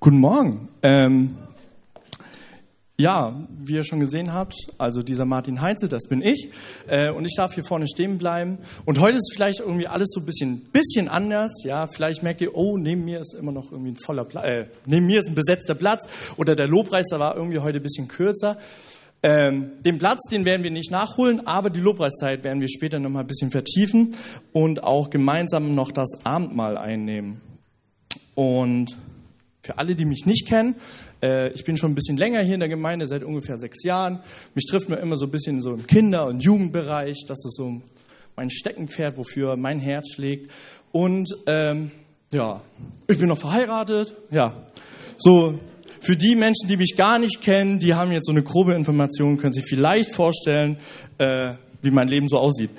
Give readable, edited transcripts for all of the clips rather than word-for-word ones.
Guten Morgen. Ja, wie ihr schon gesehen habt, also dieser Martin Heinze, das bin ich. Und ich darf hier vorne stehen bleiben. Und heute ist vielleicht irgendwie alles so ein bisschen anders. Ja, vielleicht merkt ihr, oh, neben mir ist immer noch irgendwie ein voller Platz. Neben mir ist ein besetzter Platz. Oder der Lobpreiser war irgendwie heute ein bisschen kürzer. Den Platz, den werden wir nicht nachholen, aber die Lobpreiszeit werden wir später noch mal ein bisschen vertiefen und auch gemeinsam noch das Abendmahl einnehmen. Und für alle, die mich nicht kennen, ich bin schon ein bisschen länger hier in der Gemeinde, seit ungefähr 6 Jahren. Mich trifft man immer so ein bisschen so im Kinder- und Jugendbereich. Das ist so mein Steckenpferd, wofür mein Herz schlägt. Und ja, ich bin noch verheiratet. Ja, so für die Menschen, die mich gar nicht kennen, die haben jetzt so eine grobe Information, können sich vielleicht vorstellen, wie mein Leben so aussieht.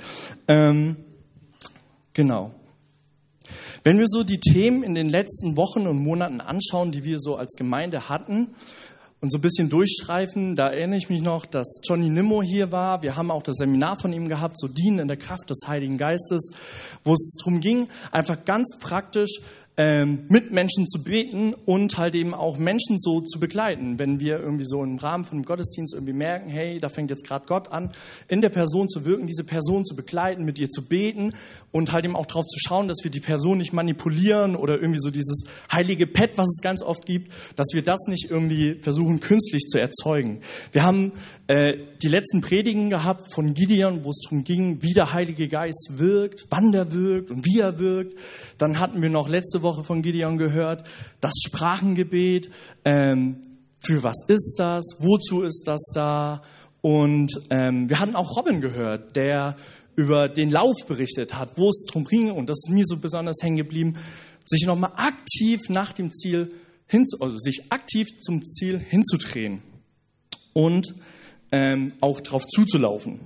Genau. Wenn wir so die Themen in den letzten Wochen und Monaten anschauen, die wir so als Gemeinde hatten und so ein bisschen durchstreifen, da erinnere ich mich noch, dass Johnny Nimmo hier war. Wir haben auch das Seminar von ihm gehabt, so Dienen in der Kraft des Heiligen Geistes, wo es darum ging, einfach ganz praktisch mit Menschen zu beten und halt eben auch Menschen so zu begleiten. Wenn wir irgendwie so im Rahmen von einem Gottesdienst irgendwie merken, hey, da fängt jetzt gerade Gott an, in der Person zu wirken, diese Person zu begleiten, mit ihr zu beten und halt eben auch darauf zu schauen, dass wir die Person nicht manipulieren oder irgendwie so dieses heilige Pad, was es ganz oft gibt, dass wir das nicht irgendwie versuchen, künstlich zu erzeugen. Wir haben die letzten Predigen gehabt von Gideon, wo es darum ging, wie der Heilige Geist wirkt, wann der wirkt und wie er wirkt. Dann hatten wir noch letzte Woche von Gideon gehört, das Sprachengebet, für was ist das, wozu ist das da? Und wir hatten auch Robin gehört, der über den Lauf berichtet hat, wo es drum ging, und das ist mir so besonders hängen geblieben, sich nochmal aktiv nach dem Ziel, sich aktiv zum Ziel hinzudrehen und auch drauf zuzulaufen.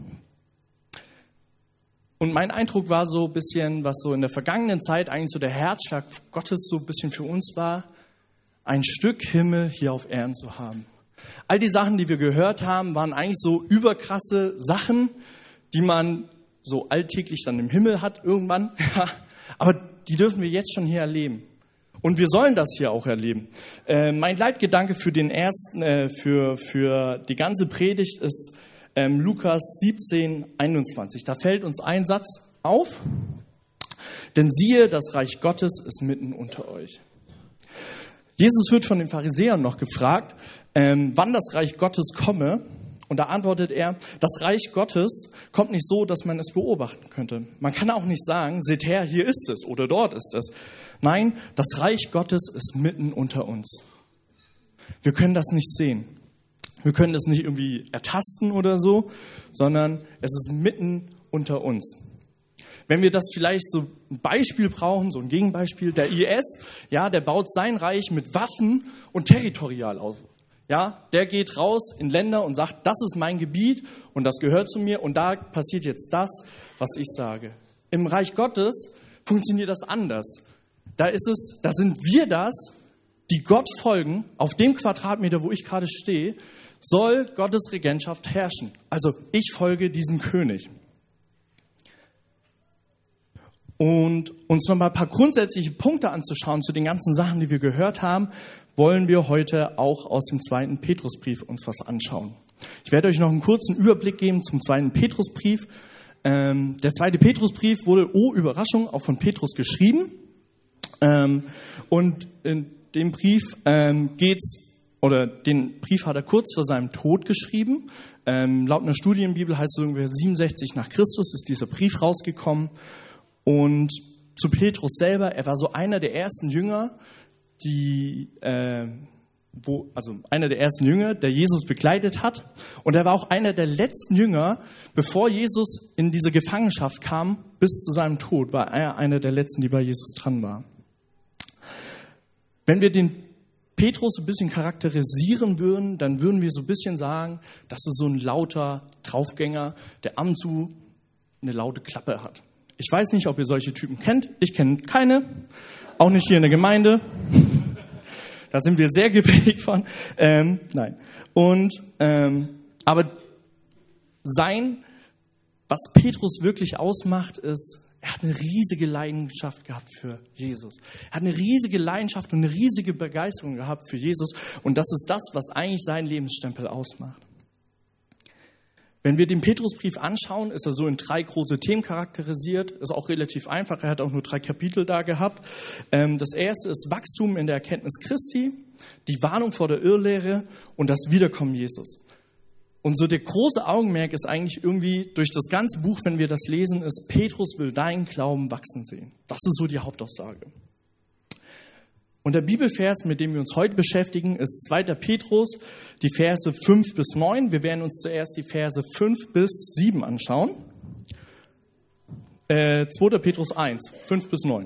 Und mein Eindruck war so ein bisschen, was so in der vergangenen Zeit eigentlich so der Herzschlag Gottes so ein bisschen für uns war, ein Stück Himmel hier auf Erden zu haben. All die Sachen, die wir gehört haben, waren eigentlich so überkrasse Sachen, die man so alltäglich dann im Himmel hat irgendwann. Aber die dürfen wir jetzt schon hier erleben. Und wir sollen das hier auch erleben. Mein Leitgedanke für den ersten, für die ganze Predigt ist Lukas 17, 21. Da fällt uns ein Satz auf. Denn siehe, das Reich Gottes ist mitten unter euch. Jesus wird von den Pharisäern noch gefragt, wann das Reich Gottes komme. Und da antwortet er, das Reich Gottes kommt nicht so, dass man es beobachten könnte. Man kann auch nicht sagen, seht her, hier ist es oder dort ist es. Nein, das Reich Gottes ist mitten unter uns. Wir können das nicht sehen. Wir können das nicht irgendwie ertasten oder so, sondern es ist mitten unter uns. Wenn wir das vielleicht so ein Beispiel brauchen, so ein Gegenbeispiel, der IS, ja, der baut sein Reich mit Waffen und territorial auf. Ja, der geht raus in Länder und sagt, das ist mein Gebiet und das gehört zu mir und da passiert jetzt das, was ich sage. Im Reich Gottes funktioniert das anders. Da sind wir das, die Gott folgen, auf dem Quadratmeter, wo ich gerade stehe, soll Gottes Regentschaft herrschen. Also ich folge diesem König. Und uns nochmal ein paar grundsätzliche Punkte anzuschauen zu den ganzen Sachen, die wir gehört haben, wollen wir heute auch aus dem 2. Petrusbrief uns was anschauen. Ich werde euch noch einen kurzen Überblick geben zum 2. Petrusbrief. Der 2. Petrusbrief wurde, oh Überraschung, auch von Petrus geschrieben. Und in dem Brief den Brief hat er kurz vor seinem Tod geschrieben. Laut einer Studienbibel heißt es ungefähr 67 nach Christus ist dieser Brief rausgekommen. Und zu Petrus selber, er war so einer der ersten Jünger, der Jesus begleitet hat. Und er war auch einer der letzten Jünger, bevor Jesus in diese Gefangenschaft kam, bis zu seinem Tod, war er einer der letzten, die bei Jesus dran war. Wenn wir den Petrus ein bisschen charakterisieren würden, dann würden wir so ein bisschen sagen, das ist so ein lauter Draufgänger, der ab und zu eine laute Klappe hat. Ich weiß nicht, ob ihr solche Typen kennt. Ich kenne keine, auch nicht hier in der Gemeinde. Da sind wir sehr geprägt von. Nein. Aber was Petrus wirklich ausmacht, ist, Er hat eine riesige Leidenschaft gehabt für Jesus. Er hat eine riesige Leidenschaft und eine riesige Begeisterung gehabt für Jesus. Und das ist das, was eigentlich seinen Lebensstempel ausmacht. Wenn wir den Petrusbrief anschauen, ist er so in 3 große Themen charakterisiert. Ist auch relativ einfach. Er hat auch nur 3 Kapitel da gehabt. Das erste ist Wachstum in der Erkenntnis Christi, die Warnung vor der Irrlehre und das Wiederkommen Jesus. Und so der große Augenmerk ist eigentlich irgendwie durch das ganze Buch, wenn wir das lesen, ist, Petrus will deinen Glauben wachsen sehen. Das ist so die Hauptaussage. Und der Bibelvers, mit dem wir uns heute beschäftigen, ist 2. Petrus, die Verse 5 bis 9. Wir werden uns zuerst die Verse 5 bis 7 anschauen. 2. Petrus 1, 5 bis 9.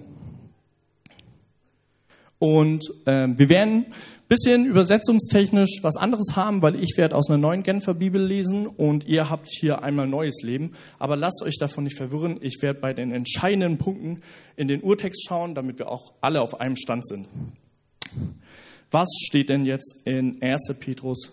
Und wir werden ein bisschen übersetzungstechnisch was anderes haben, weil ich werde aus einer neuen Genfer Bibel lesen und ihr habt hier einmal neues Leben. Aber lasst euch davon nicht verwirren. Ich werde bei den entscheidenden Punkten in den Urtext schauen, damit wir auch alle auf einem Stand sind. Was steht denn jetzt in 2. Petrus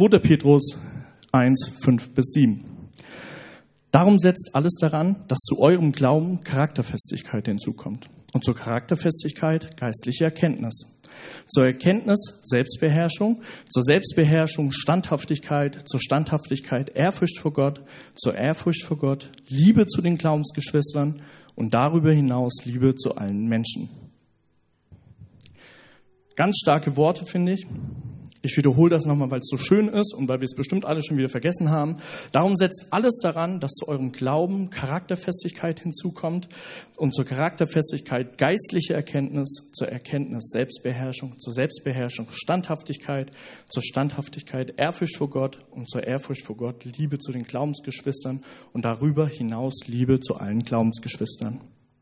1, 5 bis 7? Darum setzt alles daran, dass zu eurem Glauben Charakterfestigkeit hinzukommt. Und zur Charakterfestigkeit geistliche Erkenntnis. Zur Erkenntnis Selbstbeherrschung, zur Selbstbeherrschung Standhaftigkeit, zur Standhaftigkeit Ehrfurcht vor Gott, zur Ehrfurcht vor Gott Liebe zu den Glaubensgeschwistern und darüber hinaus Liebe zu allen Menschen. Ganz starke Worte, finde ich. Ich wiederhole das nochmal, weil es so schön ist und weil wir es bestimmt alle schon wieder vergessen haben. Darum setzt alles daran, dass zu eurem Glauben Charakterfestigkeit hinzukommt und zur Charakterfestigkeit geistliche Erkenntnis, zur Erkenntnis Selbstbeherrschung, zur Selbstbeherrschung Standhaftigkeit, zur Standhaftigkeit Ehrfurcht vor Gott und zur Ehrfurcht vor Gott Liebe zu den Glaubensgeschwistern und darüber hinaus Liebe zu allen Glaubensgeschwistern.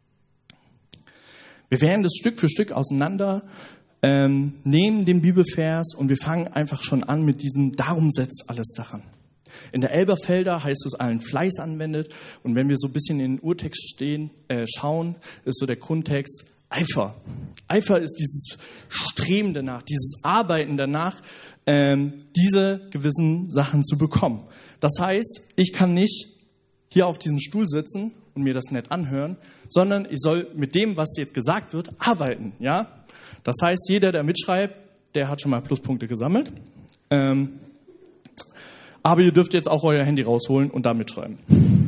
Wir werden das Stück für Stück auseinander nehmen den Bibelvers und wir fangen einfach schon an mit diesem Darum setzt alles daran. In der Elberfelder heißt es allen Fleiß anwendet und wenn wir so ein bisschen in den Urtext schauen, ist so der Grundtext Eifer. Eifer ist dieses Streben danach, dieses Arbeiten danach, diese gewissen Sachen zu bekommen. Das heißt, ich kann nicht hier auf diesem Stuhl sitzen und mir das nett anhören, sondern ich soll mit dem, was jetzt gesagt wird, arbeiten, ja? Das heißt, jeder, der mitschreibt, der hat schon mal Pluspunkte gesammelt. Aber ihr dürft jetzt auch euer Handy rausholen und da mitschreiben.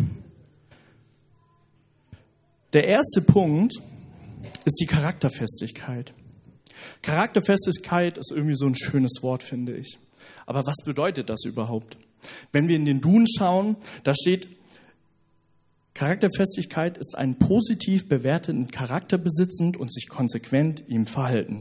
Der erste Punkt ist die Charakterfestigkeit. Charakterfestigkeit ist irgendwie so ein schönes Wort, finde ich. Aber was bedeutet das überhaupt? Wenn wir in den Duden schauen, da steht, Charakterfestigkeit ist einen positiv bewerteten Charakter besitzend und sich konsequent ihm verhalten.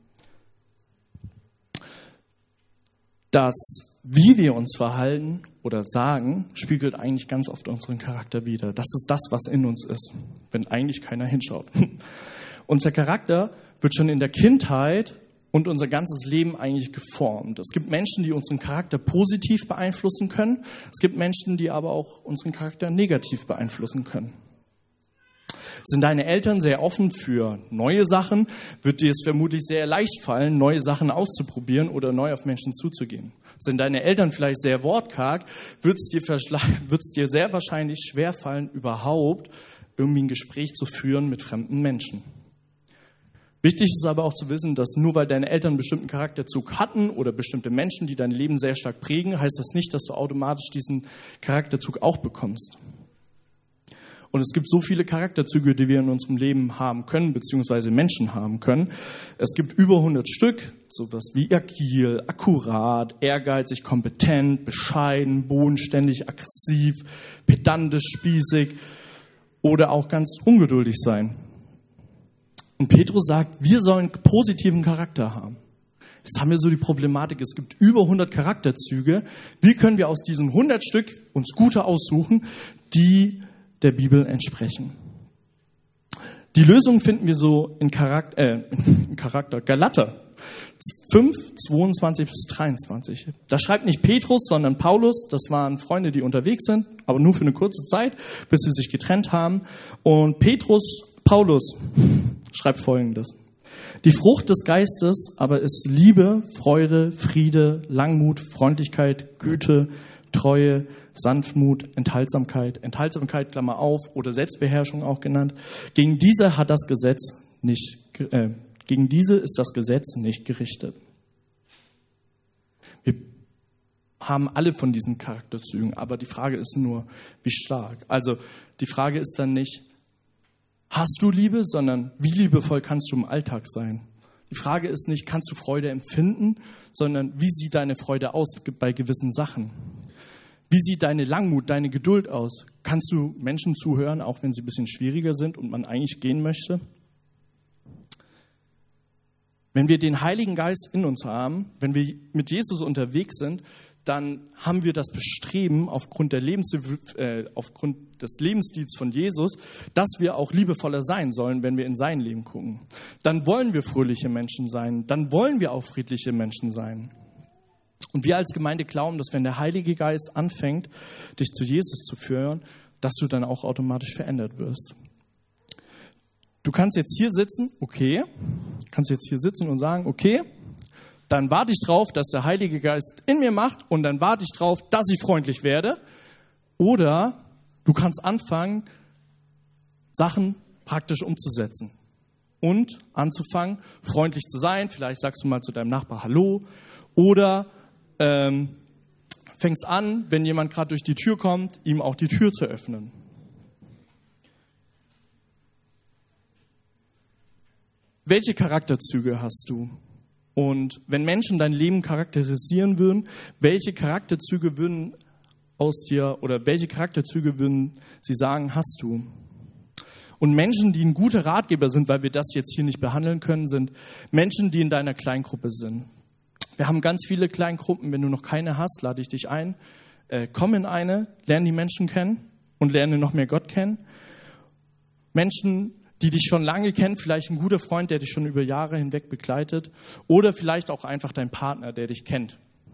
Das, wie wir uns verhalten oder sagen, spiegelt eigentlich ganz oft unseren Charakter wider. Das ist das, was in uns ist, wenn eigentlich keiner hinschaut. Unser Charakter wird schon in der Kindheit und unser ganzes Leben eigentlich geformt. Es gibt Menschen, die unseren Charakter positiv beeinflussen können. Es gibt Menschen, die aber auch unseren Charakter negativ beeinflussen können. Sind deine Eltern sehr offen für neue Sachen, wird dir es vermutlich sehr leicht fallen, neue Sachen auszuprobieren oder neu auf Menschen zuzugehen. Sind deine Eltern vielleicht sehr wortkarg, wird es dir sehr wahrscheinlich schwerfallen, überhaupt irgendwie ein Gespräch zu führen mit fremden Menschen. Wichtig ist aber auch zu wissen, dass nur weil deine Eltern einen bestimmten Charakterzug hatten oder bestimmte Menschen, die dein Leben sehr stark prägen, heißt das nicht, dass du automatisch diesen Charakterzug auch bekommst. Und es gibt so viele Charakterzüge, die wir in unserem Leben haben können, beziehungsweise Menschen haben können. Es gibt über 100 Stück, sowas wie agil, akkurat, ehrgeizig, kompetent, bescheiden, bodenständig, aggressiv, pedantisch, spießig oder auch ganz ungeduldig sein. Und Petrus sagt, wir sollen positiven Charakter haben. Jetzt haben wir so die Problematik, es gibt über 100 Charakterzüge. Wie können wir aus diesen 100 Stück uns gute aussuchen, die der Bibel entsprechen? Die Lösung finden wir so in Charakter Galater 5, 22 bis 23. Da schreibt nicht Petrus, sondern Paulus. Das waren Freunde, die unterwegs sind, aber nur für eine kurze Zeit, bis sie sich getrennt haben. Und Paulus schreibt Folgendes. Die Frucht des Geistes aber ist Liebe, Freude, Friede, Langmut, Freundlichkeit, Güte, Treue, Sanftmut, Enthaltsamkeit, Klammer auf, oder Selbstbeherrschung auch genannt. Gegen diese ist das Gesetz nicht gerichtet. Wir haben alle von diesen Charakterzügen, aber die Frage ist nur, wie stark. Also die Frage ist dann nicht, hast du Liebe, sondern wie liebevoll kannst du im Alltag sein? Die Frage ist nicht, kannst du Freude empfinden, sondern wie sieht deine Freude aus bei gewissen Sachen? Wie sieht deine Langmut, deine Geduld aus? Kannst du Menschen zuhören, auch wenn sie ein bisschen schwieriger sind und man eigentlich gehen möchte? Wenn wir den Heiligen Geist in uns haben, wenn wir mit Jesus unterwegs sind, dann haben wir das Bestreben aufgrund des Lebensstils von Jesus, dass wir auch liebevoller sein sollen, wenn wir in sein Leben gucken. Dann wollen wir fröhliche Menschen sein, dann wollen wir auch friedliche Menschen sein. Und wir als Gemeinde glauben, dass wenn der Heilige Geist anfängt, dich zu Jesus zu führen, dass du dann auch automatisch verändert wirst. Du kannst jetzt hier sitzen, okay, und sagen, okay, dann warte ich drauf, dass der Heilige Geist in mir macht und dann warte ich drauf, dass ich freundlich werde. Oder du kannst anfangen, Sachen praktisch umzusetzen und anzufangen, freundlich zu sein. Vielleicht sagst du mal zu deinem Nachbar Hallo oder fängst an, wenn jemand gerade durch die Tür kommt, ihm auch die Tür zu öffnen. Welche Charakterzüge hast du? Und wenn Menschen dein Leben charakterisieren würden, welche Charakterzüge würden sie sagen, hast du? Und Menschen, die ein guter Ratgeber sind, weil wir das jetzt hier nicht behandeln können, sind Menschen, die in deiner Kleingruppe sind. Wir haben ganz viele Kleingruppen. Wenn du noch keine hast, lade ich dich ein. Komm in eine, lerne die Menschen kennen und lerne noch mehr Gott kennen. Menschen, die dich schon lange kennen, vielleicht ein guter Freund, der dich schon über Jahre hinweg begleitet oder vielleicht auch einfach dein Partner, der dich kennt.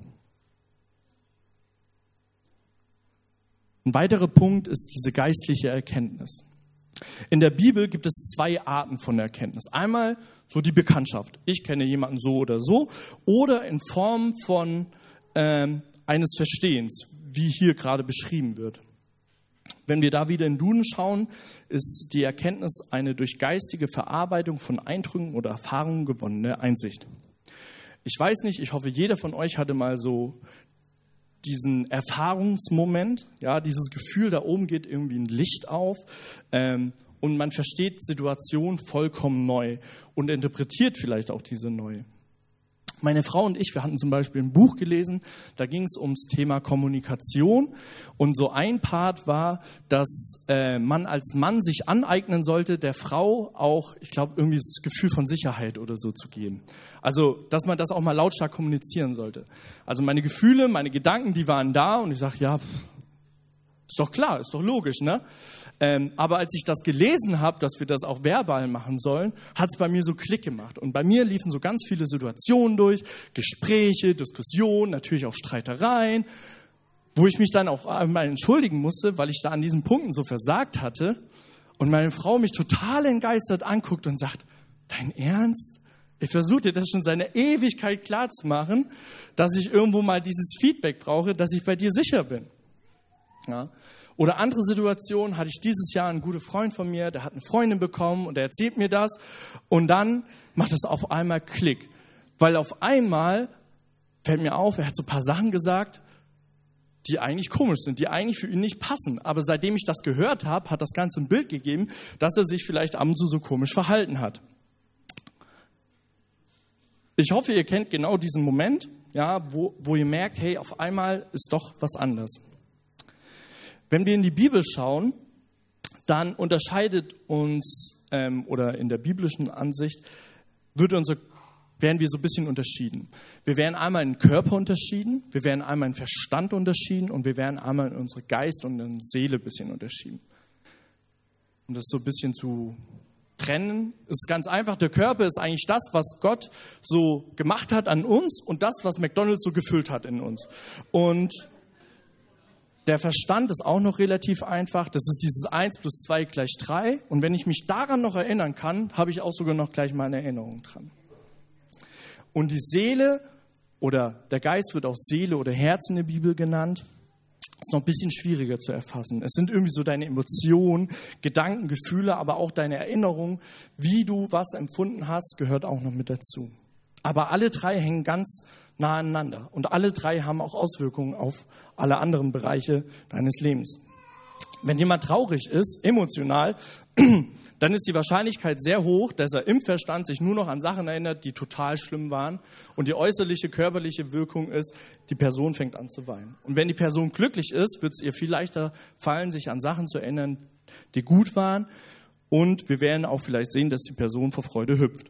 Ein weiterer Punkt ist diese geistliche Erkenntnis. In der Bibel gibt es 2 Arten von Erkenntnis. Einmal so die Bekanntschaft. Ich kenne jemanden so oder in Form von eines Verstehens, wie hier gerade beschrieben wird. Wenn wir da wieder in Duden schauen, ist die Erkenntnis eine durch geistige Verarbeitung von Eindrücken oder Erfahrungen gewonnene Einsicht. Ich weiß nicht, ich hoffe, jeder von euch hatte mal so diesen Erfahrungsmoment, ja, dieses Gefühl, da oben geht irgendwie ein Licht auf und man versteht Situationen vollkommen neu und interpretiert vielleicht auch diese neu. Meine Frau und ich, wir hatten zum Beispiel ein Buch gelesen, da ging es ums Thema Kommunikation und so ein Part war, dass man als Mann sich aneignen sollte, der Frau auch, ich glaube, irgendwie das Gefühl von Sicherheit oder so zu geben. Also, dass man das auch mal lautstark kommunizieren sollte. Also meine Gefühle, meine Gedanken, die waren da und ich sage, ja, ist doch klar, ist doch logisch, ne? Aber als ich das gelesen habe, dass wir das auch verbal machen sollen, hat es bei mir so Klick gemacht. Und bei mir liefen so ganz viele Situationen durch, Gespräche, Diskussionen, natürlich auch Streitereien, wo ich mich dann auch einmal entschuldigen musste, weil ich da an diesen Punkten so versagt hatte. Und meine Frau mich total entgeistert anguckt und sagt, dein Ernst? Ich versuche dir das schon seit einer Ewigkeit klarzumachen, dass ich irgendwo mal dieses Feedback brauche, dass ich bei dir sicher bin. Ja. Oder andere Situationen hatte ich dieses Jahr einen guten Freund von mir, der hat eine Freundin bekommen und der erzählt mir das und dann macht es auf einmal Klick. Weil auf einmal fällt mir auf, er hat so ein paar Sachen gesagt, die eigentlich komisch sind, die eigentlich für ihn nicht passen. Aber seitdem ich das gehört habe, hat das Ganze ein Bild gegeben, dass er sich vielleicht ab und zu so komisch verhalten hat. Ich hoffe, ihr kennt genau diesen Moment, ja, wo ihr merkt, hey, auf einmal ist doch was anders. Wenn wir in die Bibel schauen, dann unterscheidet uns, oder in der biblischen Ansicht, werden wir so ein bisschen unterschieden. Wir werden einmal in den Körper unterschieden, wir werden einmal in den Verstand unterschieden und wir werden einmal in unsere Geist und in Seele ein bisschen unterschieden. Um das so ein bisschen zu trennen, ist ganz einfach. Der Körper ist eigentlich das, was Gott so gemacht hat an uns und das, was McDonald's so gefüllt hat in uns. Und der Verstand ist auch noch relativ einfach. Das ist dieses 1 + 2 = 3. Und wenn ich mich daran noch erinnern kann, habe ich auch sogar noch gleich mal eine Erinnerung dran. Und die Seele oder der Geist wird auch Seele oder Herz in der Bibel genannt. ist noch ein bisschen schwieriger zu erfassen. Es sind irgendwie so deine Emotionen, Gedanken, Gefühle, aber auch deine Erinnerungen, wie du was empfunden hast, gehört auch noch mit dazu. Aber alle drei hängen ganz nah aneinander und alle drei haben auch Auswirkungen auf alle anderen Bereiche deines Lebens. Wenn jemand traurig ist, emotional, dann ist die Wahrscheinlichkeit sehr hoch, dass er im Verstand sich nur noch an Sachen erinnert, die total schlimm waren. Und die äußerliche, körperliche Wirkung ist, die Person fängt an zu weinen. Und wenn die Person glücklich ist, wird es ihr viel leichter fallen, sich an Sachen zu erinnern, die gut waren. Und wir werden auch vielleicht sehen, dass die Person vor Freude hüpft.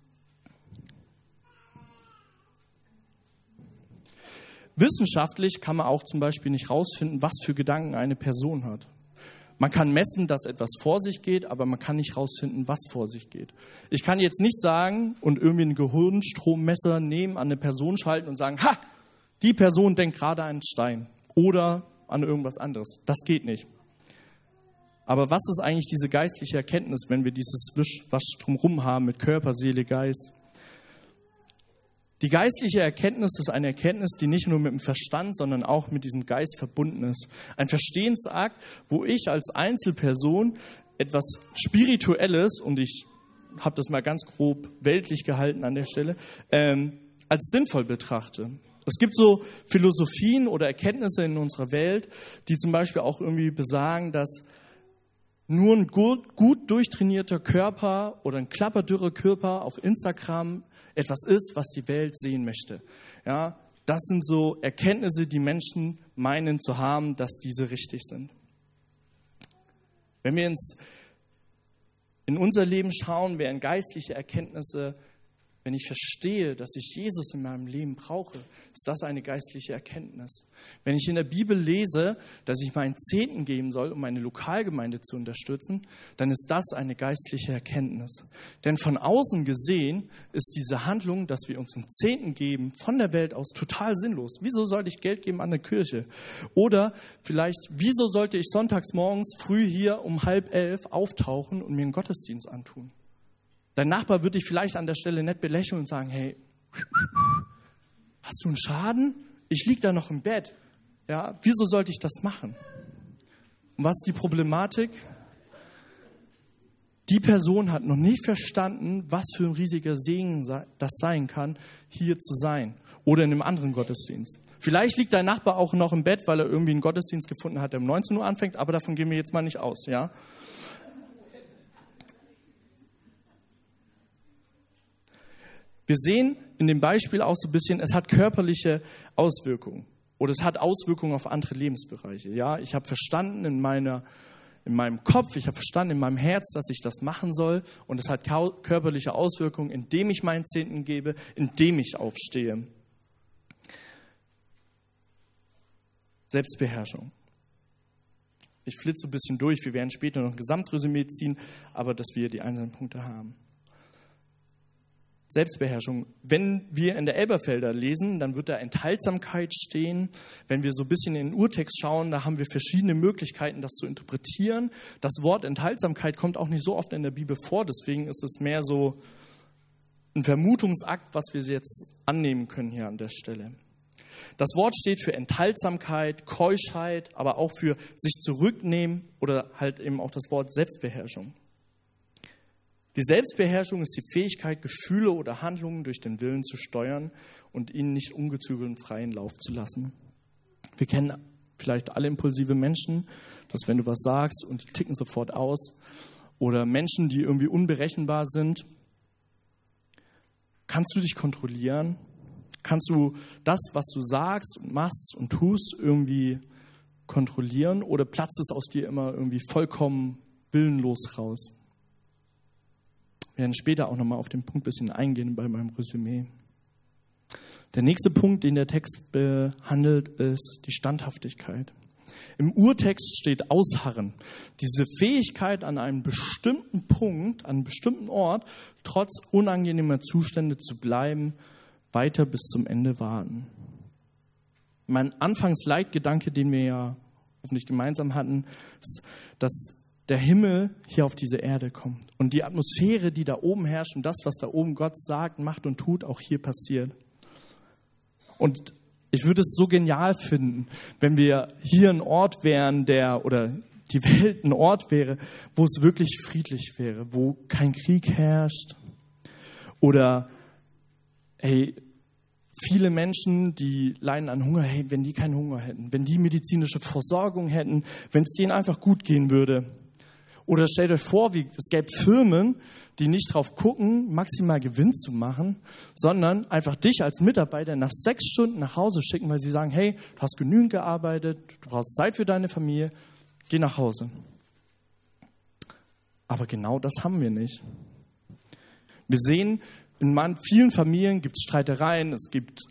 Wissenschaftlich kann man auch zum Beispiel nicht rausfinden, was für Gedanken eine Person hat. Man kann messen, dass etwas vor sich geht, aber man kann nicht rausfinden, was vor sich geht. Ich kann jetzt nicht sagen und irgendwie ein Gehirnstrommesser nehmen, an eine Person schalten und sagen, ha, die Person denkt gerade an einen Stein oder an irgendwas anderes. Das geht nicht. Aber was ist eigentlich diese geistliche Erkenntnis, wenn wir dieses was drumherum haben mit Körper, Seele, Geist? Die geistliche Erkenntnis ist eine Erkenntnis, die nicht nur mit dem Verstand, sondern auch mit diesem Geist verbunden ist. Ein Verstehensakt, wo ich als Einzelperson etwas Spirituelles, und ich habe das mal ganz grob weltlich gehalten an der Stelle, als sinnvoll betrachte. Es gibt so Philosophien oder Erkenntnisse in unserer Welt, die zum Beispiel auch irgendwie besagen, dass nur ein gut durchtrainierter Körper oder ein klapperdürrer Körper auf Instagram etwas ist, was die Welt sehen möchte. Ja, das sind so Erkenntnisse, die Menschen meinen zu haben, dass diese richtig sind. Wenn wir in unser Leben schauen, wären geistliche Erkenntnisse, wenn ich verstehe, dass ich Jesus in meinem Leben brauche, ist das eine geistliche Erkenntnis. Wenn ich in der Bibel lese, dass ich meinen Zehnten geben soll, um meine Lokalgemeinde zu unterstützen, dann ist das eine geistliche Erkenntnis. Denn von außen gesehen ist diese Handlung, dass wir uns einen Zehnten geben, von der Welt aus total sinnlos. Wieso sollte ich Geld geben an eine Kirche? Oder vielleicht, wieso sollte ich sonntags morgens früh hier um 10:30 auftauchen und mir einen Gottesdienst antun? Dein Nachbar wird dich vielleicht an der Stelle nett belächeln und sagen, hey, hast du einen Schaden? Ich liege da noch im Bett. Ja, wieso sollte ich das machen? Und was ist die Problematik? Die Person hat noch nicht verstanden, was für ein riesiger Segen das sein kann, hier zu sein oder in einem anderen Gottesdienst. Vielleicht liegt dein Nachbar auch noch im Bett, weil er irgendwie einen Gottesdienst gefunden hat, der um 19 Uhr anfängt, aber davon gehen wir jetzt mal nicht aus, ja? Wir sehen in dem Beispiel auch so ein bisschen, es hat körperliche Auswirkungen oder es hat Auswirkungen auf andere Lebensbereiche. Ja, ich habe verstanden in meinem Kopf, ich habe verstanden in meinem Herz, dass ich das machen soll und es hat körperliche Auswirkungen, indem ich meinen Zehnten gebe, indem ich aufstehe. Selbstbeherrschung. Ich flitze ein bisschen durch, wir werden später noch ein Gesamtresümee ziehen, aber dass wir die einzelnen Punkte haben. Selbstbeherrschung. Wenn wir in der Elberfelder lesen, dann wird da Enthaltsamkeit stehen. Wenn wir so ein bisschen in den Urtext schauen, da haben wir verschiedene Möglichkeiten, das zu interpretieren. Das Wort Enthaltsamkeit kommt auch nicht so oft in der Bibel vor, deswegen ist es mehr so ein Vermutungsakt, was wir jetzt annehmen können hier an der Stelle. Das Wort steht für Enthaltsamkeit, Keuschheit, aber auch für sich zurücknehmen oder halt eben auch das Wort Selbstbeherrschung. Die Selbstbeherrschung ist die Fähigkeit, Gefühle oder Handlungen durch den Willen zu steuern und ihnen nicht ungezügelten freien Lauf zu lassen. Wir kennen vielleicht alle impulsive Menschen, dass wenn du was sagst und die ticken sofort aus, oder Menschen, die irgendwie unberechenbar sind. Kannst du dich kontrollieren? Kannst du das, was du sagst und machst und tust, irgendwie kontrollieren, oder platzt es aus dir immer irgendwie vollkommen willenlos raus? Wir werden später auch nochmal auf den Punkt ein bisschen eingehen bei meinem Resümee. Der nächste Punkt, den der Text behandelt, ist die Standhaftigkeit. Im Urtext steht Ausharren. Diese Fähigkeit, an einem bestimmten Punkt, an einem bestimmten Ort, trotz unangenehmer Zustände zu bleiben, weiter bis zum Ende warten. Mein Anfangsleitgedanke, den wir ja hoffentlich gemeinsam hatten, ist, dass der Himmel hier auf diese Erde kommt und die Atmosphäre, die da oben herrscht und das, was da oben Gott sagt, macht und tut, auch hier passiert. Und Ich würde es so genial finden, wenn wir hier ein Ort wären, oder die Welt ein Ort wäre, wo es wirklich friedlich wäre, wo kein Krieg herrscht. Oder, viele Menschen, die leiden an Hunger, wenn die keinen Hunger hätten, wenn die medizinische Versorgung hätten, wenn es denen einfach gut gehen würde. Oder stellt euch vor, es gäbe Firmen, die nicht drauf gucken, maximal Gewinn zu machen, sondern einfach dich als Mitarbeiter nach 6 Stunden nach Hause schicken, weil sie sagen, hey, du hast genügend gearbeitet, du brauchst Zeit für deine Familie, geh nach Hause. Aber genau das haben wir nicht. Wir sehen, in vielen Familien gibt es Streitereien, es gibt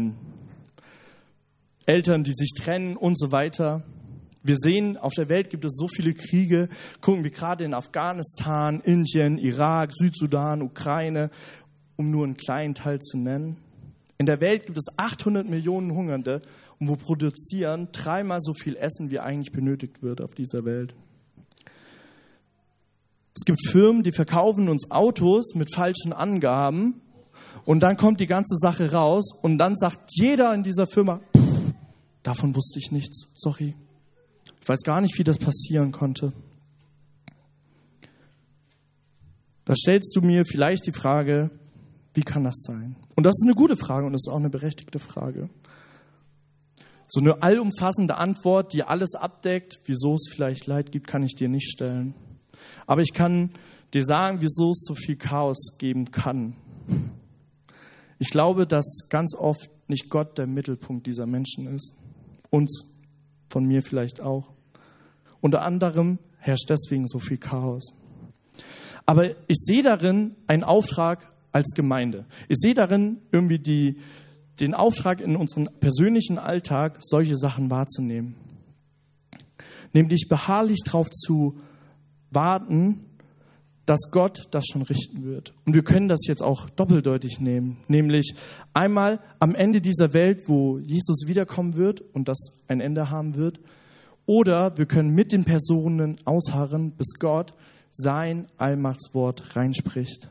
Eltern, die sich trennen und so weiter. Wir sehen, auf der Welt gibt es so viele Kriege. Gucken wir gerade in Afghanistan, Indien, Irak, Südsudan, Ukraine, um nur einen kleinen Teil zu nennen. In der Welt gibt es 800 Millionen Hungernde und wir produzieren 3-mal so viel Essen, wie eigentlich benötigt wird auf dieser Welt. Es gibt Firmen, die verkaufen uns Autos mit falschen Angaben und dann kommt die ganze Sache raus und dann sagt jeder in dieser Firma, davon wusste ich nichts, sorry. Ich weiß gar nicht, wie das passieren konnte. Da stellst du mir vielleicht die Frage, wie kann das sein? Und das ist eine gute Frage und das ist auch eine berechtigte Frage. So eine allumfassende Antwort, die alles abdeckt, wieso es vielleicht Leid gibt, kann ich dir nicht stellen. Aber ich kann dir sagen, wieso es so viel Chaos geben kann. Ich glaube, dass ganz oft nicht Gott der Mittelpunkt dieser Menschen ist. Uns, von mir vielleicht auch. Unter anderem herrscht deswegen so viel Chaos. Aber ich sehe darin einen Auftrag als Gemeinde. Ich sehe darin irgendwie den Auftrag in unserem persönlichen Alltag, solche Sachen wahrzunehmen. Nämlich beharrlich darauf zu warten, dass Gott das schon richten wird. Und wir können das jetzt auch doppeldeutig nehmen. Nämlich einmal am Ende dieser Welt, wo Jesus wiederkommen wird und das ein Ende haben wird. Oder wir können mit den Personen ausharren, bis Gott sein Allmachtswort reinspricht.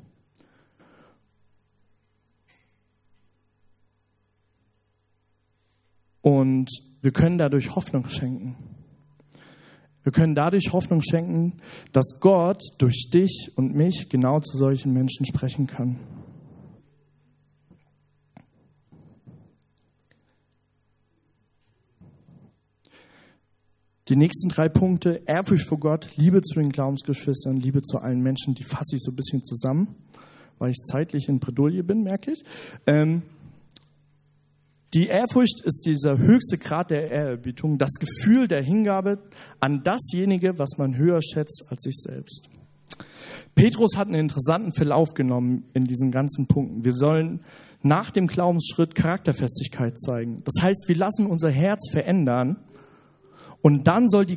Und wir können dadurch Hoffnung schenken. Wir können dadurch Hoffnung schenken, dass Gott durch dich und mich genau zu solchen Menschen sprechen kann. Die nächsten 3 Punkte: Ehrfurcht vor Gott, Liebe zu den Glaubensgeschwistern, Liebe zu allen Menschen, die fasse ich so ein bisschen zusammen, weil ich zeitlich in Bredouille bin, merke ich. Die Ehrfurcht ist dieser höchste Grad der Ehrerbietung, das Gefühl der Hingabe an dasjenige, was man höher schätzt als sich selbst. Petrus hat einen interessanten Verlauf genommen in diesen ganzen Punkten. Wir sollen nach dem Glaubensschritt Charakterfestigkeit zeigen. Das heißt, wir lassen unser Herz verändern und dann soll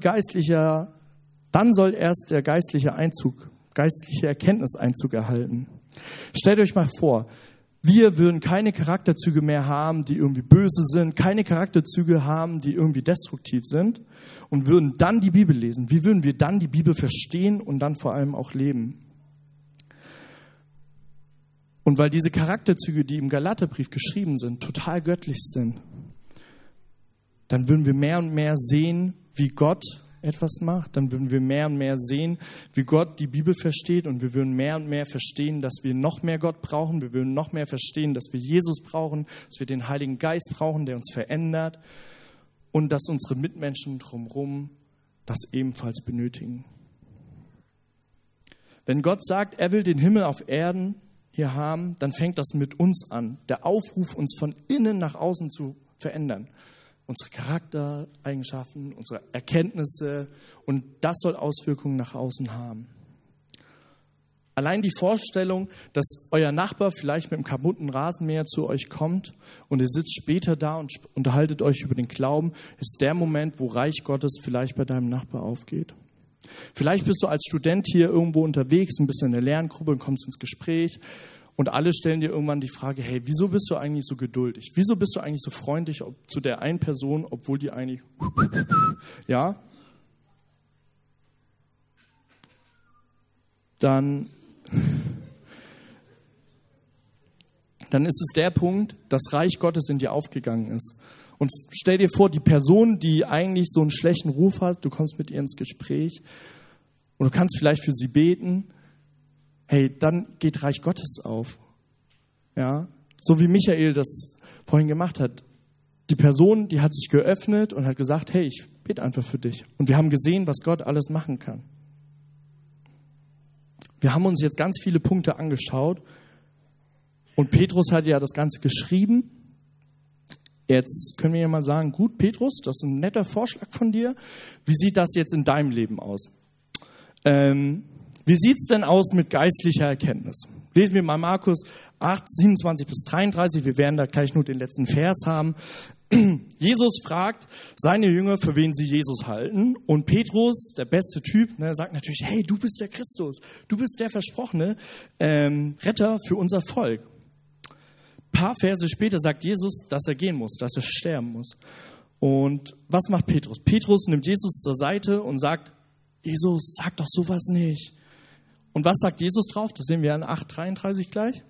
erst der geistliche Erkenntnis Einzug erhalten. Stellt euch mal vor, wir würden keine Charakterzüge mehr haben, die irgendwie böse sind, keine Charakterzüge haben, die irgendwie destruktiv sind und würden dann die Bibel lesen. Wie würden wir dann die Bibel verstehen und dann vor allem auch leben? Und weil diese Charakterzüge, die im Galaterbrief geschrieben sind, total göttlich sind, dann würden wir mehr und mehr sehen, wie Gott etwas macht. Dann würden wir mehr und mehr sehen, wie Gott die Bibel versteht. Und wir würden mehr und mehr verstehen, dass wir noch mehr Gott brauchen. Wir würden noch mehr verstehen, dass wir Jesus brauchen, dass wir den Heiligen Geist brauchen, der uns verändert. Und dass unsere Mitmenschen drumherum das ebenfalls benötigen. Wenn Gott sagt, er will den Himmel auf Erden hier haben, dann fängt das mit uns an. Der Aufruf, uns von innen nach außen zu verändern. Unsere Charaktereigenschaften, unsere Erkenntnisse, und das soll Auswirkungen nach außen haben. Allein die Vorstellung, dass euer Nachbar vielleicht mit einem kaputten Rasenmäher zu euch kommt und ihr sitzt später da und unterhaltet euch über den Glauben, ist der Moment, wo Reich Gottes vielleicht bei deinem Nachbar aufgeht. Vielleicht bist du als Student hier irgendwo unterwegs, ein bisschen in der Lerngruppe und kommst ins Gespräch. Und alle stellen dir irgendwann die Frage, hey, wieso bist du eigentlich so geduldig? Wieso bist du eigentlich so freundlich zu der einen Person, obwohl die eigentlich, ja? Dann dann ist es der Punkt, das Reich Gottes in dir aufgegangen ist. Und stell dir vor, die Person, die eigentlich so einen schlechten Ruf hat, du kommst mit ihr ins Gespräch und du kannst vielleicht für sie beten, hey, dann geht Reich Gottes auf. Ja, so wie Michael das vorhin gemacht hat. Die Person, die hat sich geöffnet und hat gesagt, hey, ich bete einfach für dich. Und wir haben gesehen, was Gott alles machen kann. Wir haben uns jetzt ganz viele Punkte angeschaut und Petrus hat ja das Ganze geschrieben. Jetzt können wir ja mal sagen, gut, Petrus, das ist ein netter Vorschlag von dir. Wie sieht das jetzt in deinem Leben aus? Wie sieht es denn aus mit geistlicher Erkenntnis? Lesen wir mal Markus 8, 27 bis 33. Wir werden da gleich nur den letzten Vers haben. Jesus fragt seine Jünger, für wen sie Jesus halten. Und Petrus, der beste Typ, sagt natürlich, hey, du bist der Christus. Du bist der versprochene Retter für unser Volk. Ein paar Verse später sagt Jesus, dass er gehen muss, dass er sterben muss. Und was macht Petrus? Petrus nimmt Jesus zur Seite und sagt, Jesus, sag doch sowas nicht. Und was sagt Jesus drauf? Das sehen wir in 8,33 gleich.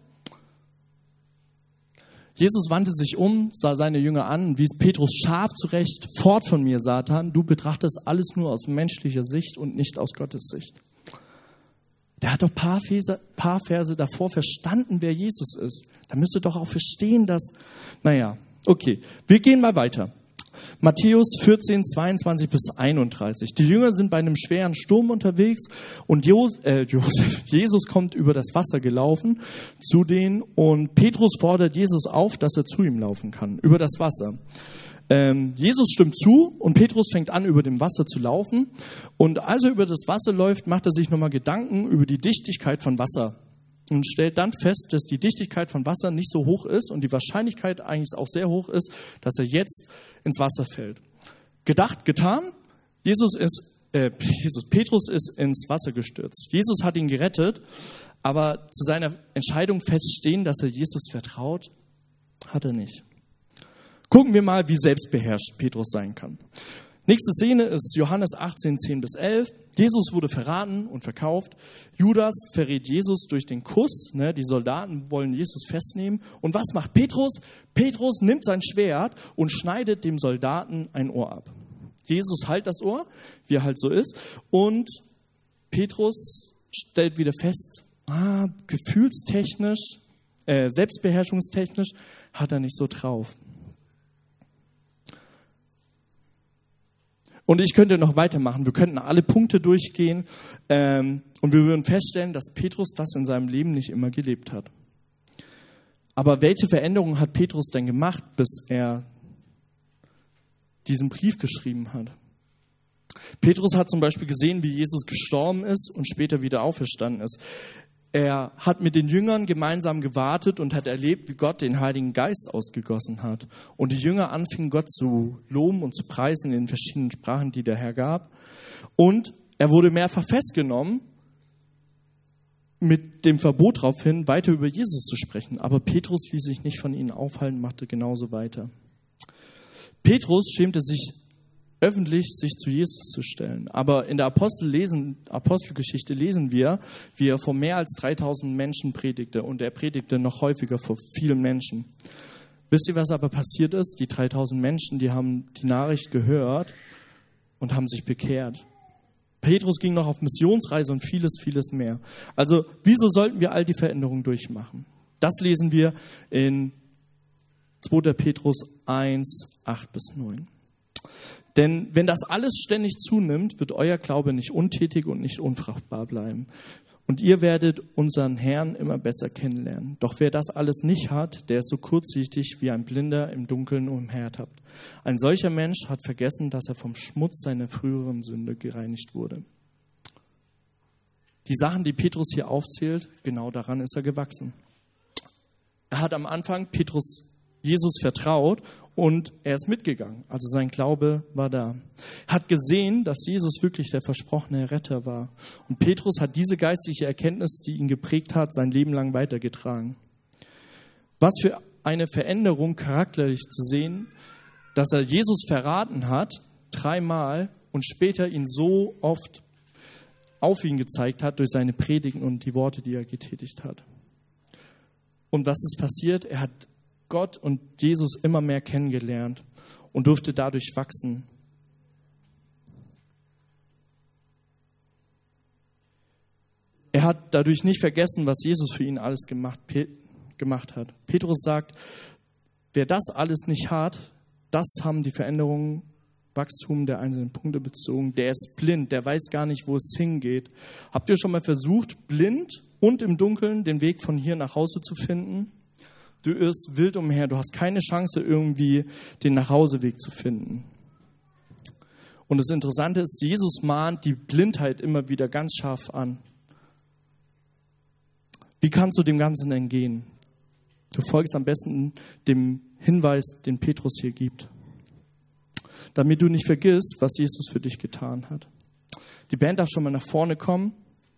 Jesus wandte sich um, sah seine Jünger an, wies Petrus scharf zurecht, fort von mir, Satan, du betrachtest alles nur aus menschlicher Sicht und nicht aus Gottes Sicht. Der hat doch paar Verse davor verstanden, wer Jesus ist. Da müsst ihr doch auch verstehen, dass, okay, wir gehen mal weiter. Matthäus 14, 22 bis 31. Die Jünger sind bei einem schweren Sturm unterwegs und Jesus kommt über das Wasser gelaufen zu denen und Petrus fordert Jesus auf, dass er zu ihm laufen kann, über das Wasser. Jesus stimmt zu und Petrus fängt an, über dem Wasser zu laufen. Und als er über das Wasser läuft, macht er sich nochmal Gedanken über die Dichtigkeit von Wasser. Und stellt dann fest, dass die Dichtigkeit von Wasser nicht so hoch ist und die Wahrscheinlichkeit eigentlich auch sehr hoch ist, dass er jetzt ins Wasser fällt. Gedacht, getan. Petrus ist ins Wasser gestürzt. Jesus hat ihn gerettet, aber zu seiner Entscheidung feststehen, dass er Jesus vertraut, hat er nicht. Gucken wir mal, wie selbstbeherrscht Petrus sein kann. Nächste Szene ist Johannes 18, 10 bis 11. Jesus wurde verraten und verkauft. Judas verrät Jesus durch den Kuss. Die Soldaten wollen Jesus festnehmen. Und was macht Petrus? Petrus nimmt sein Schwert und schneidet dem Soldaten ein Ohr ab. Jesus heilt das Ohr, wie er halt so ist. Und Petrus stellt wieder fest, gefühlstechnisch, selbstbeherrschungstechnisch hat er nicht so drauf. Und ich könnte noch weitermachen. Wir könnten alle Punkte durchgehen und wir würden feststellen, dass Petrus das in seinem Leben nicht immer gelebt hat. Aber welche Veränderungen hat Petrus denn gemacht, bis er diesen Brief geschrieben hat? Petrus hat zum Beispiel gesehen, wie Jesus gestorben ist und später wieder auferstanden ist. Er hat mit den Jüngern gemeinsam gewartet und hat erlebt, wie Gott den Heiligen Geist ausgegossen hat. Und die Jünger anfingen, Gott zu loben und zu preisen in den verschiedenen Sprachen, die der Herr gab. Und er wurde mehrfach festgenommen mit dem Verbot darauf hin, weiter über Jesus zu sprechen. Aber Petrus ließ sich nicht von ihnen aufhalten, machte genauso weiter. Petrus schämte sich öffentlich, sich zu Jesus zu stellen. Aber in der Apostelgeschichte lesen wir, wie er vor mehr als 3000 Menschen predigte. Und er predigte noch häufiger vor vielen Menschen. Wisst ihr, was aber passiert ist? Die 3000 Menschen, die haben die Nachricht gehört und haben sich bekehrt. Petrus ging noch auf Missionsreise und vieles, vieles mehr. Also, wieso sollten wir all die Veränderungen durchmachen? Das lesen wir in 2. Petrus 1, 8 bis 9. Denn wenn das alles ständig zunimmt, wird euer Glaube nicht untätig und nicht unfruchtbar bleiben. Und ihr werdet unseren Herrn immer besser kennenlernen. Doch wer das alles nicht hat, der ist so kurzsichtig wie ein Blinder im Dunkeln umhertappt. Ein solcher Mensch hat vergessen, dass er vom Schmutz seiner früheren Sünde gereinigt wurde. Die Sachen, die Petrus hier aufzählt, genau daran ist er gewachsen. Er hat am Anfang Petrus Jesus vertraut und er ist mitgegangen. Also sein Glaube war da. Er hat gesehen, dass Jesus wirklich der versprochene Retter war. Und Petrus hat diese geistliche Erkenntnis, die ihn geprägt hat, sein Leben lang weitergetragen. Was für eine Veränderung charakterlich zu sehen, dass er Jesus verraten hat, 3-mal und später ihn so oft auf ihn gezeigt hat durch seine Predigten und die Worte, die er getätigt hat. Und was ist passiert? Er hat Gott und Jesus immer mehr kennengelernt und durfte dadurch wachsen. Er hat dadurch nicht vergessen, was Jesus für ihn alles gemacht hat. Petrus sagt, wer das alles nicht hat, das haben die Veränderungen, Wachstum der einzelnen Punkte bezogen. Der ist blind, der weiß gar nicht, wo es hingeht. Habt ihr schon mal versucht, blind und im Dunkeln den Weg von hier nach Hause zu finden? Du irrst wild umher, du hast keine Chance, irgendwie den Nachhauseweg zu finden. Und das Interessante ist, Jesus mahnt die Blindheit immer wieder ganz scharf an. Wie kannst du dem Ganzen entgehen? Du folgst am besten dem Hinweis, den Petrus hier gibt. Damit du nicht vergisst, was Jesus für dich getan hat. Die Band darf schon mal nach vorne kommen.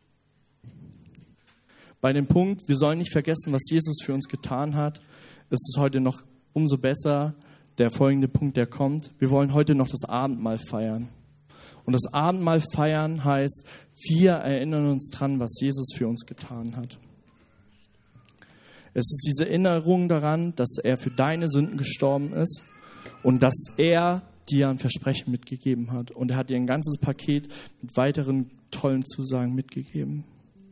Bei dem Punkt, wir sollen nicht vergessen, was Jesus für uns getan hat, ist es heute noch umso besser, der folgende Punkt, der kommt. Wir wollen heute noch das Abendmahl feiern. Und das Abendmahl feiern heißt, wir erinnern uns dran, was Jesus für uns getan hat. Es ist diese Erinnerung daran, dass er für deine Sünden gestorben ist und dass er dir ein Versprechen mitgegeben hat. Und er hat dir ein ganzes Paket mit weiteren tollen Zusagen mitgegeben.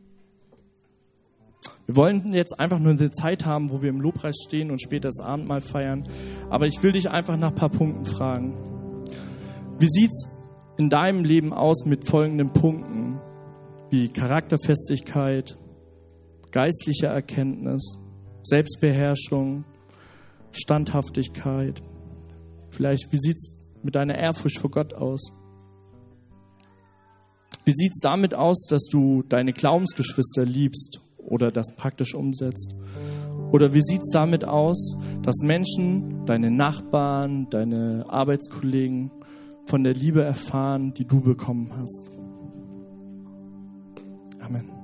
Wir wollen jetzt einfach nur eine Zeit haben, wo wir im Lobpreis stehen und später das Abendmahl feiern. Aber ich will dich einfach nach ein paar Punkten fragen. Wie sieht es in deinem Leben aus mit folgenden Punkten? Wie Charakterfestigkeit, geistliche Erkenntnis, Selbstbeherrschung, Standhaftigkeit. Vielleicht, wie sieht es mit deiner Ehrfurcht vor Gott aus? Wie sieht es damit aus, dass du deine Glaubensgeschwister liebst oder das praktisch umsetzt? Oder wie sieht es damit aus, dass Menschen, deine Nachbarn, deine Arbeitskollegen von der Liebe erfahren, die du bekommen hast? Amen.